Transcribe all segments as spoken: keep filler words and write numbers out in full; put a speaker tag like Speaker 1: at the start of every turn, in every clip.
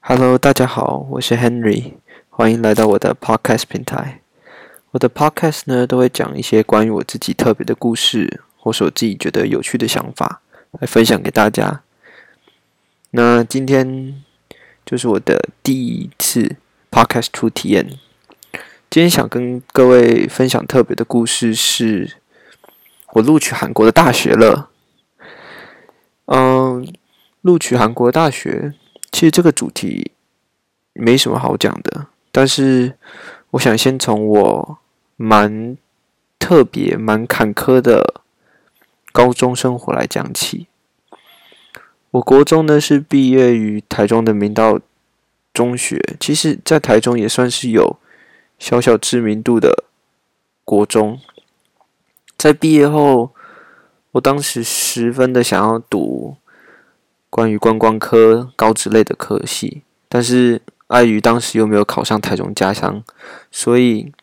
Speaker 1: Hello，大家好，我是 Henry，欢迎来到我的 Podcast 平台。我的 Podcast 呢，都会讲一些关于我自己特别的故事，或是我自己觉得有趣的想法，来分享给大家。那今天就是我的第一次 Podcast 初体验。今天想跟各位分享特别的故事是，我录取韩国的大学了。嗯，录取韩国的大学。其实这个主题没什么好讲的，但是我想先从我蛮特别、蛮坎坷的高中生活来讲起。我国中呢是毕业于台中的明道中学，其实在台中也算是有小小知名度的国中。在毕业后，我当时十分的想要读关于观光科高职类的科系，但是碍于当时又没有考上台中家乡，所以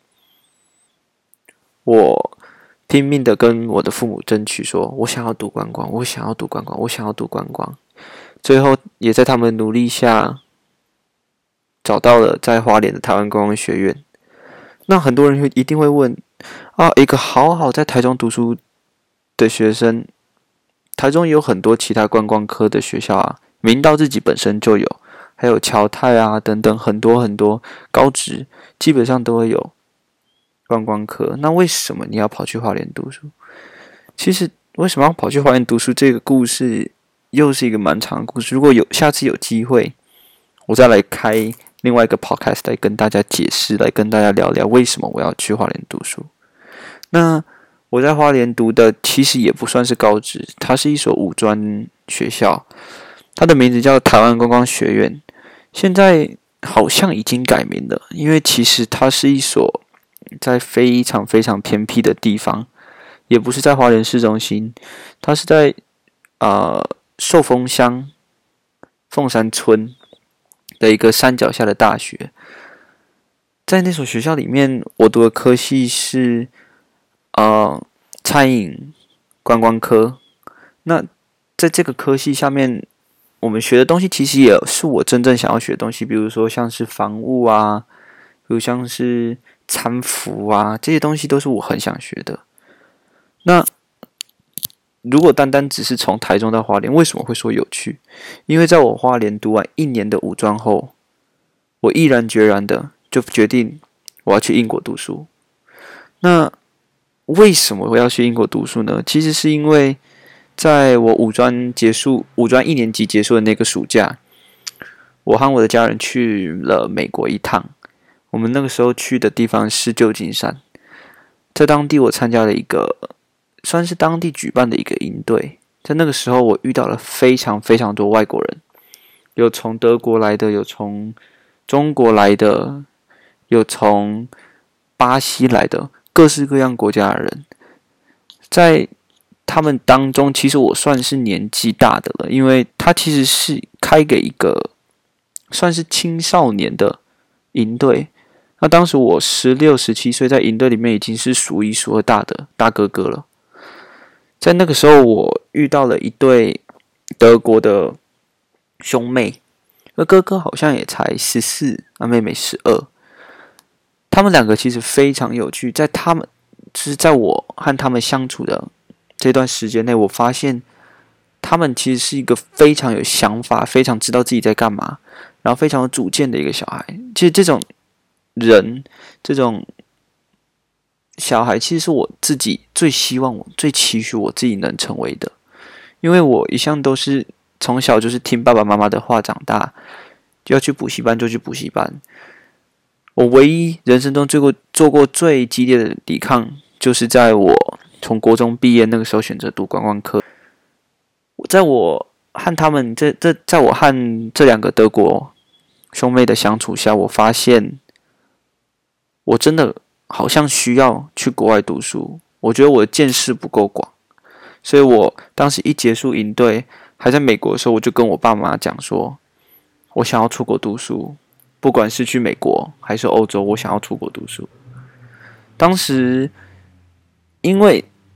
Speaker 1: 我拼命的跟我的父母争取说，我想要读观光，我想要读观光，我想要读观光。最后也在他们努力下，找到了在花莲的台湾观光学院。那很多人一定会问啊，一个好好在台中读书的学生，台中也有很多其他观光科的学校啊，明道自己本身就有，还有侨泰啊等等很多很多高职，基本上都会有观光科。那为什么你要跑去花莲读书？其实为什么要跑去花莲读书这个故事，又是一个蛮长的故事。如果有下次有机会，我再来开另外一个 podcast 来跟大家解释，来跟大家聊聊为什么我要去花莲读书。那我在花莲读的其实也不算是高职，它是一所五专学校，它的名字叫台湾观光学院，现在好像已经改名了，因为其实它是一所在非常非常偏僻的地方，也不是在花莲市中心，它是在呃寿丰乡凤山村的一个山脚下的大学。在那所学校里面，我读的科系是呃，餐饮观光科。那在这个科系下面，我们学的东西其实也是我真正想要学的东西，比如说像是房务啊，比如像是餐服啊，这些东西都是我很想学的。那如果单单只是从台中到花莲，为什么会说有趣？因为在我花莲读完一年的五专后，我毅然决然的就决定我要去英国读书。那为什么我要去英国读书呢？其实是因为在我五专结束，五专一年级结束的那个暑假，我和我的家人去了美国一趟。我们那个时候去的地方是旧金山，在当地我参加了一个算是当地举办的一个营队。在那个时候，我遇到了非常非常多外国人，有从德国来的，有从中国来的，有从巴西来的。各式各样国家的人，在他们当中，其实我算是年纪大的了，因为他其实是开给一个算是青少年的营队。那当时我十六、十七岁，在营队里面已经是数一数二大的大哥哥了。在那个时候，我遇到了一对德国的兄妹，而哥哥好像也才十四，那妹妹十二。他们两个其实非常有趣，在他们就是在我和他们相处的这段时间内，我发现他们其实是一个非常有想法、非常知道自己在干嘛，然后非常有主见的一个小孩。其实这种人，这种小孩，其实是我自己最希望、我最期许我自己能成为的，因为我一向都是从小就是听爸爸妈妈的话长大，就要去补习班就去补习班。我唯一人生中做过做过最激烈的抵抗，就是在我从国中毕业那个时候选择读观光科。在我和他们这这，在我和这两个德国兄妹的相处下，我发现我真的好像需要去国外读书。我觉得我的见识不够广，所以我当时一结束营队，还在美国的时候，我就跟我爸妈讲说，我想要出国读书。不管是去美国还是欧洲，我想要出国读书。当时因为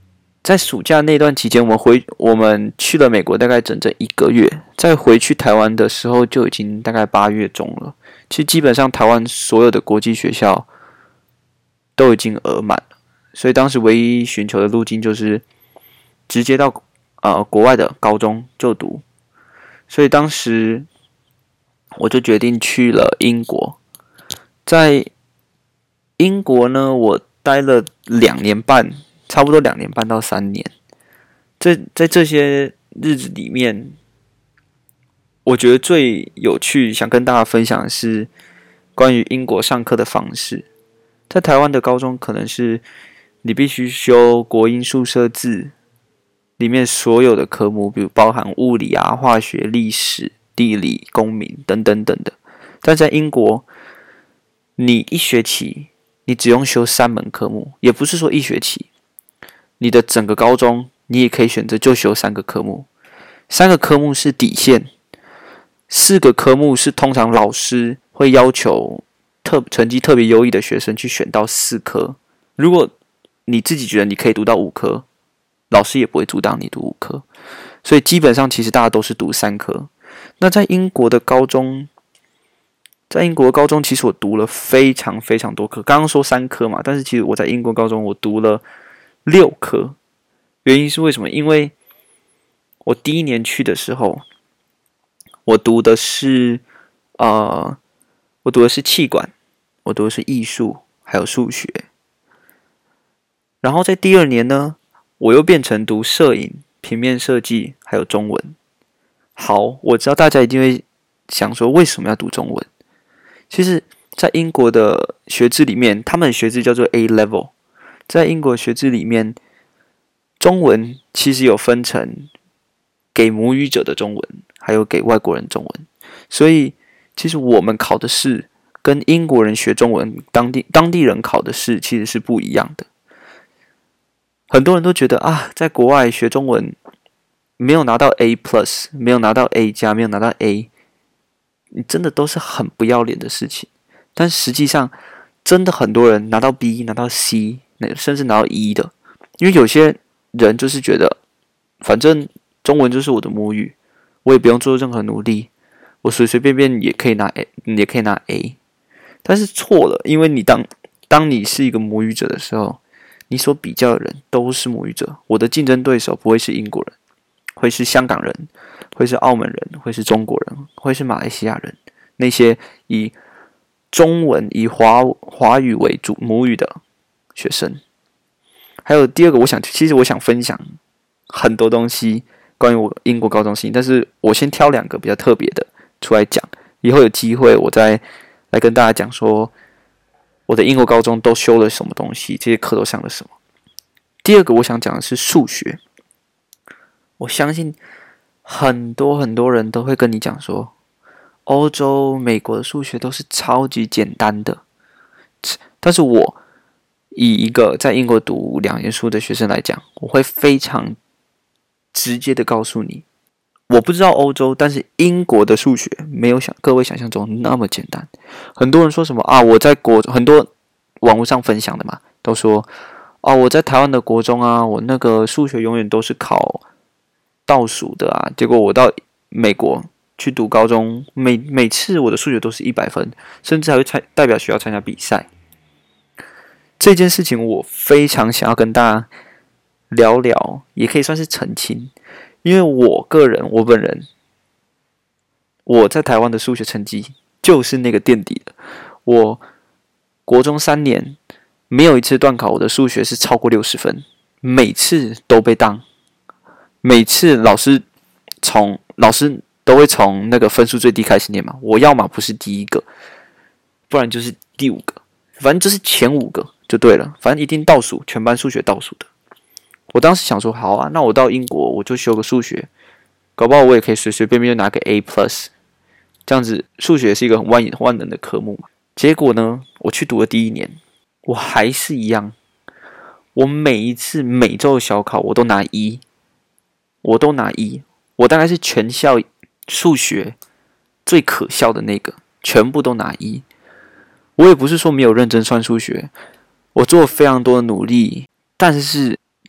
Speaker 1: 在暑假那段期间，我们回我们去了美国大概整整一个月，在回去台湾的时候就已经大概八月中了。其实基本上台湾所有的国际学校都已经额满了，所以当时唯一寻求的路径就是直接到呃国外的高中就读。所以当时我就决定去了英国。在英国呢，我待了两年半。差不多两年半到三年，在在这些日子里面，我觉得最有趣，想跟大家分享的是关于英国上课的方式。在台湾的高中，可能是你必须修国英数社自里面所有的科目，比如包含物理啊、化学、历史、地理、公民等等等的。但在英国，你一学期你只用修三门科目，也不是说一学期。你的整个高中，你也可以选择就修三个科目，三个科目是底线，四个科目是通常老师会要求特成绩特别优异的学生去选到四科。如果你自己觉得你可以读到五科，老师也不会阻挡你读五科。所以基本上其实大家都是读三科。那在英国的高中，在英国的高中其实我读了非常非常多科，刚刚说三科嘛，但是其实我在英国高中我读了六科。原因是为什么？因为我第一年去的时候，我读的是呃，我读的是企管，我读的是艺术，还有数学。然后在第二年呢，我又变成读摄影、平面设计，还有中文。好，我知道大家一定会想说，为什么要读中文？其实，在英国的学制里面，他们的学制叫做 A level。在英国学制里面，中文其实有分成给母语者的中文，还有给外国人中文。所以，其实我们考的试跟英国人学中文，当地当地人考的试其实是不一样的。很多人都觉得啊，在国外学中文没有拿到 A plus， 没有拿到 A 加，没有拿到 A， 你真的都是很不要脸的事情。但实际上，真的很多人拿到 B， 拿到 C， 甚至拿到 E 的，因为有些人就是觉得，反正中文就是我的母语，我也不用做任何努力，我随随便便也可以拿 A， 也可以拿 A。但是错了，因为你当当你是一个母语者的时候，你所比较的人都是母语者。我的竞争对手不会是英国人，会是香港人，会是澳门人，会是中国人，会是马来西亚人，那些以中文以华华语为主母语的学生。还有第二个，我想其实我想分享很多东西关于我英国高中生，但是我先挑两个比较特别的出来讲，以后有机会我再来跟大家讲说我的英国高中都修了什么东西，这些课都上了什么。第二个我想讲的是数学。我相信很多很多人都会跟你讲说，欧洲、美国的数学都是超级简单的。但是我以一个在英国读两年书的学生来讲，我会非常直接的告诉你，我不知道欧洲，但是英国的数学没有想各位想象中那么简单。很多人说什么啊，我在国很多网络上分享的嘛，都说哦，我在台湾的国中啊，我那个数学永远都是考倒数的啊，结果我到美国去读高中，每每次我的数学都是一百分，甚至还会参代表学校参加比赛。这件事情我非常想要跟大家聊聊，也可以算是澄清，因为我个人，我本人，我在台湾的数学成绩就是那个垫底的。我国中三年没有一次段考，我的数学是超过六十分，每次都被当。每次老师从老师都会从那个分数最低开始念嘛，我要么不是第一个，不然就是第五个，反正就是前五个就对了，反正一定倒数，全班数学倒数的。我当时想说，好啊，那我到英国我就修个数学，搞不好我也可以随随便便就拿个 A plus， 这样子数学是一个很万万能的科目嘛。结果呢，我去读了第一年，我还是一样，我每一次每周的小考我都拿一。我都拿一，我大概是全校数学最可笑的那个，全部都拿一。我也不是说没有认真算数学，我做了非常多的努力，但是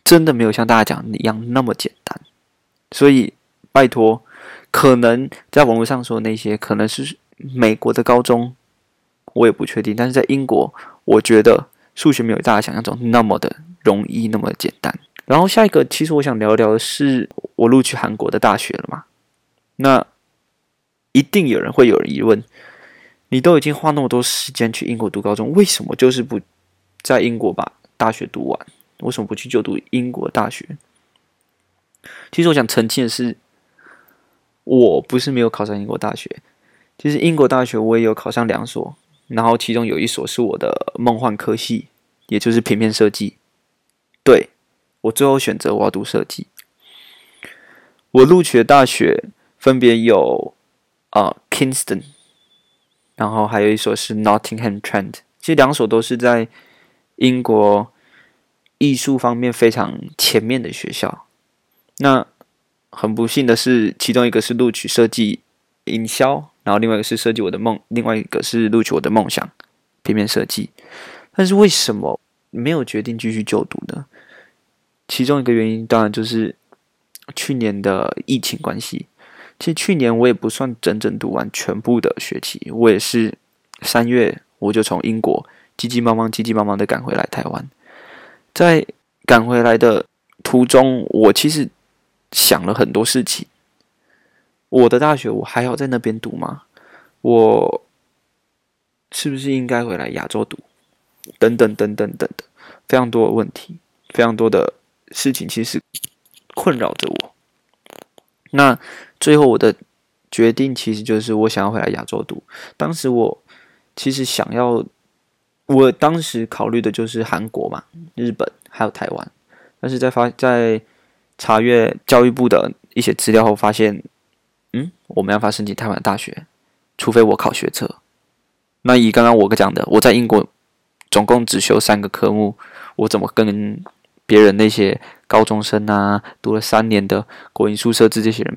Speaker 1: 真的没有像大家讲的一样那么简单。所以拜托，可能在网络上说的那些可能是美国的高中，我也不确定，但是在英国，我觉得数学没有大家想象中那么的容易，那么简单。然后下一个，其实我想聊聊的是，我录取韩国的大学了嘛？那一定有人会有人疑问，你都已经花那么多时间去英国读高中，为什么就是不在英国把大学读完？为什么不去就读英国大学？其实我想澄清的是，我不是没有考上英国大学，其实英国大学我也有考上两所，然后其中有一所是我的梦幻科系，也就是平面设计。对，我最后选择我要读设计。我录取的大学分别有呃 Kingston， 然后还有一所是 Nottingham Trent， 其实两所都是在英国艺术方面非常前面的学校。那很不幸的是，其中一个是录取设计营销，然后另外一个是设计我的梦，另外一个是录取我的梦想平面设计。但是为什么没有决定继续就读呢？其中一个原因当然就是去年的疫情关系。其实去年我也不算整整读完全部的学期，我也是三月我就从英国急急忙忙、急急忙忙的赶回来台湾。在赶回来的途中，我其实想了很多事情。我的大学我还要在那边读吗？我是不是应该回来亚洲读？等等等等等的，非常多的问题，非常多的事情，其实困扰着我。那最后我的决定其实就是我想要回来亚洲读。当时我其实想要，我当时考虑的就是韩国嘛、日本还有台湾，但是在发在查阅教育部的一些资料后，发现，嗯，我没办法申请台湾大学，除非我考学测。那以刚刚我讲的，我在英国总共只修三个科目，我怎么跟别人那些高中生啊，读了三年的国营宿舍制这些人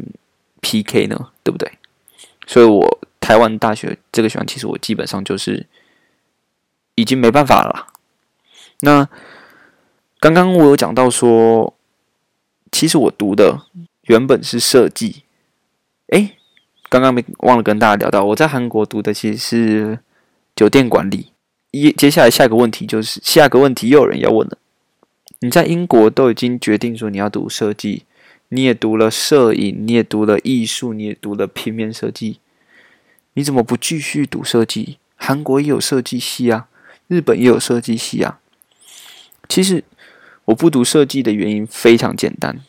Speaker 1: P K 呢？对不对？所以我台湾大学这个学校，其实我基本上就是已经没办法了啦。那刚刚我有讲到说，其实我读的原本是设计，诶，刚刚没忘了跟大家聊到，我在韩国读的其实是酒店管理。接下来下一个问题就是，下一个问题又有人要问了。你在英国都已经决定说你要读设计，你也读了摄影，你也读了艺术，你也读了平面设计，你怎么不继续读设计？韩国也有设计系啊，日本也有设计系啊。其实我不读设计的原因非常简单，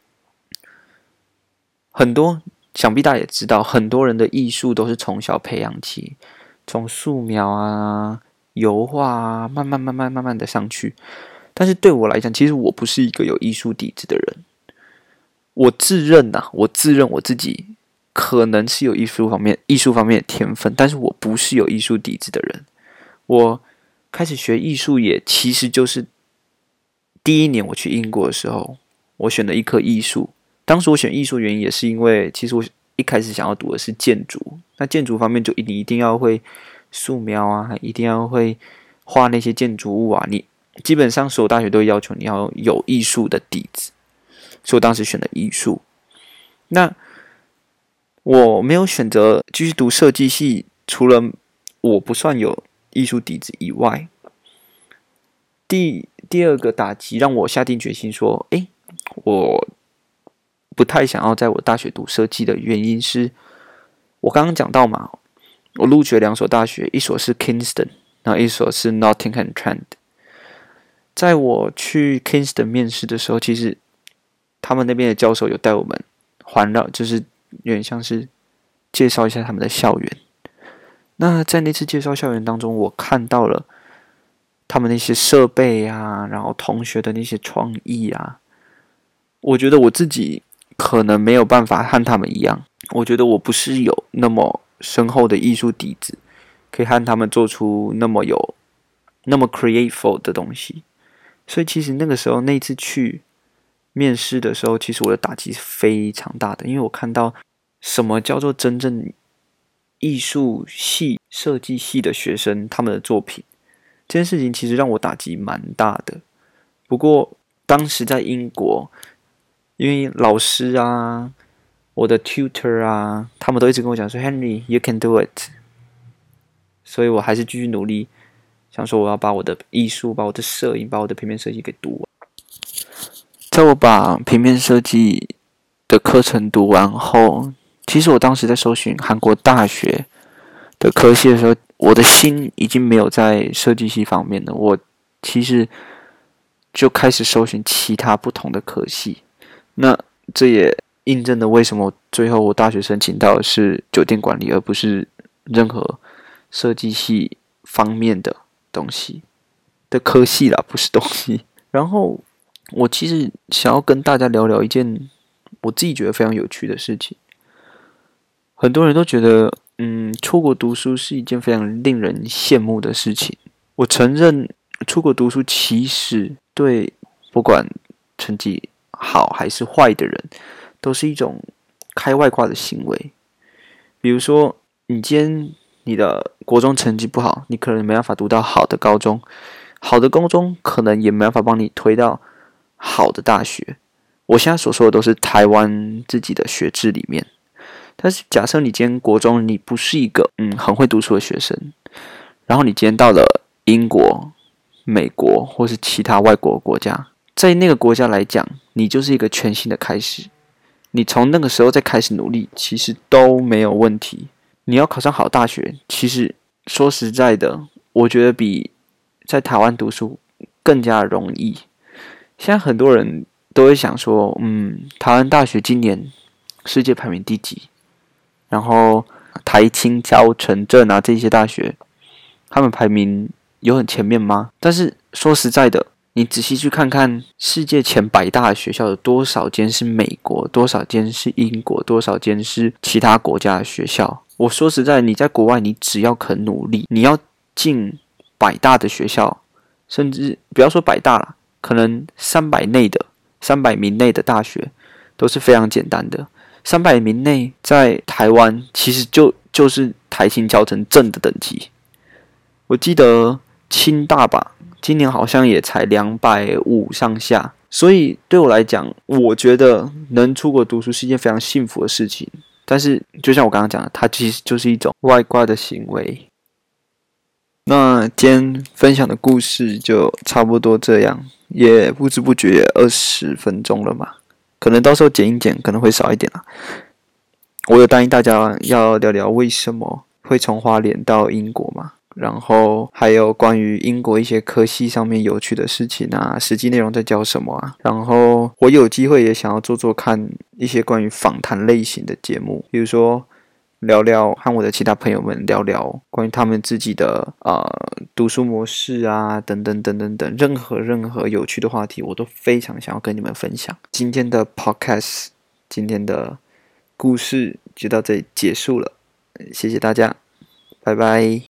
Speaker 1: 很多想必大家也知道，很多人的艺术都是从小培养起，从素描啊、油画啊，慢慢慢慢慢慢的上去。但是对我来讲，其实我不是一个有艺术底子的人。我自认啊，我自认我自己可能是有艺术方面、艺术方面的天分，但是我不是有艺术底子的人。我开始学艺术也其实就是第一年我去英国的时候，我选了一科艺术。当时我选艺术原因也是因为，其实我一开始想要读的是建筑。那建筑方面就你一定要会素描啊，一定要会画那些建筑物啊，你基本上所有大学都会要求你要有艺术的底子，所以我当时选了艺术。那我没有选择继续读设计系，除了我不算有艺术底子以外，第第二个打击让我下定决心说，诶，我不太想要在我大学读设计的原因是，我刚刚讲到嘛，我录取了两所大学，一所是 Kingston， 然后一所是 Nottingham Trent。在我去 Kingston 面试的时候，其实他们那边的教授有带我们环绕，就是有点像是介绍一下他们的校园。那在那次介绍校园当中，我看到了他们那些设备啊，然后同学的那些创意啊，我觉得我自己可能没有办法和他们一样，我觉得我不是有那么深厚的艺术底子，可以和他们做出那么有那么 creative 的东西。所以其实那个时候那次去面试的时候，其实我的打击是非常大的，因为我看到什么叫做真正艺术系、设计系的学生他们的作品，这件事情其实让我打击蛮大的。不过当时在英国，因为老师啊，我的 tutor 啊，他们都一直跟我讲说 Henry you can do it， 所以我还是继续努力，想说我要把我的艺术、把我的摄影、把我的平面设计给读完。在我把平面设计的课程读完后，其实我当时在搜寻韩国大学的科系的时候，我的心已经没有在设计系方面了，我其实就开始搜寻其他不同的科系。那这也印证了为什么最后我大学申请到的是酒店管理，而不是任何设计系方面的东西的科系啦，不是东西。然后我其实想要跟大家聊聊一件我自己觉得非常有趣的事情。很多人都觉得，嗯，出国读书是一件非常令人羡慕的事情。我承认，出国读书其实对不管成绩好还是坏的人，都是一种开外挂的行为。比如说，你今天你的国中成绩不好，你可能没办法读到好的高中，好的高中可能也没办法帮你推到好的大学。我现在所说的都是台湾自己的学制里面。但是假设你今天国中你不是一个嗯很会读书的学生，然后你今天到了英国、美国或是其他外国国家，在那个国家来讲，你就是一个全新的开始。你从那个时候再开始努力，其实都没有问题。你要考上好大学，其实说实在的，我觉得比在台湾读书更加容易。现在很多人都会想说，嗯，台湾大学今年世界排名第几？然后台清交成政啊这些大学，他们排名有很前面吗？但是说实在的，你仔细去看看世界前百大的学校有多少间是美国，多少间是英国，多少间是其他国家的学校。我说实在，你在国外，你只要肯努力，你要进百大的学校，甚至不要说百大啦，可能三百内的、三百名内的大学都是非常简单的。三百名内在台湾其实就就是台清交成正的等级。我记得清大吧，今年好像也才两百五上下。所以对我来讲，我觉得能出国读书是一件非常幸福的事情。但是就像我刚刚讲的，它其实就是一种外挂的行为。那今天分享的故事就差不多这样，也不知不觉二十分钟了嘛。可能到时候剪一剪可能会少一点啦。我有答应大家要聊聊为什么会从花莲到英国嘛，然后还有关于英国一些科系上面有趣的事情啊，实际内容在教什么啊。然后我有机会也想要做做看一些关于访谈类型的节目，比如说聊聊和我的其他朋友们聊聊关于他们自己的呃读书模式啊，等等等等等，任何任何有趣的话题，我都非常想要跟你们分享。今天的 podcast， 今天的故事就到这里结束了，谢谢大家，拜拜。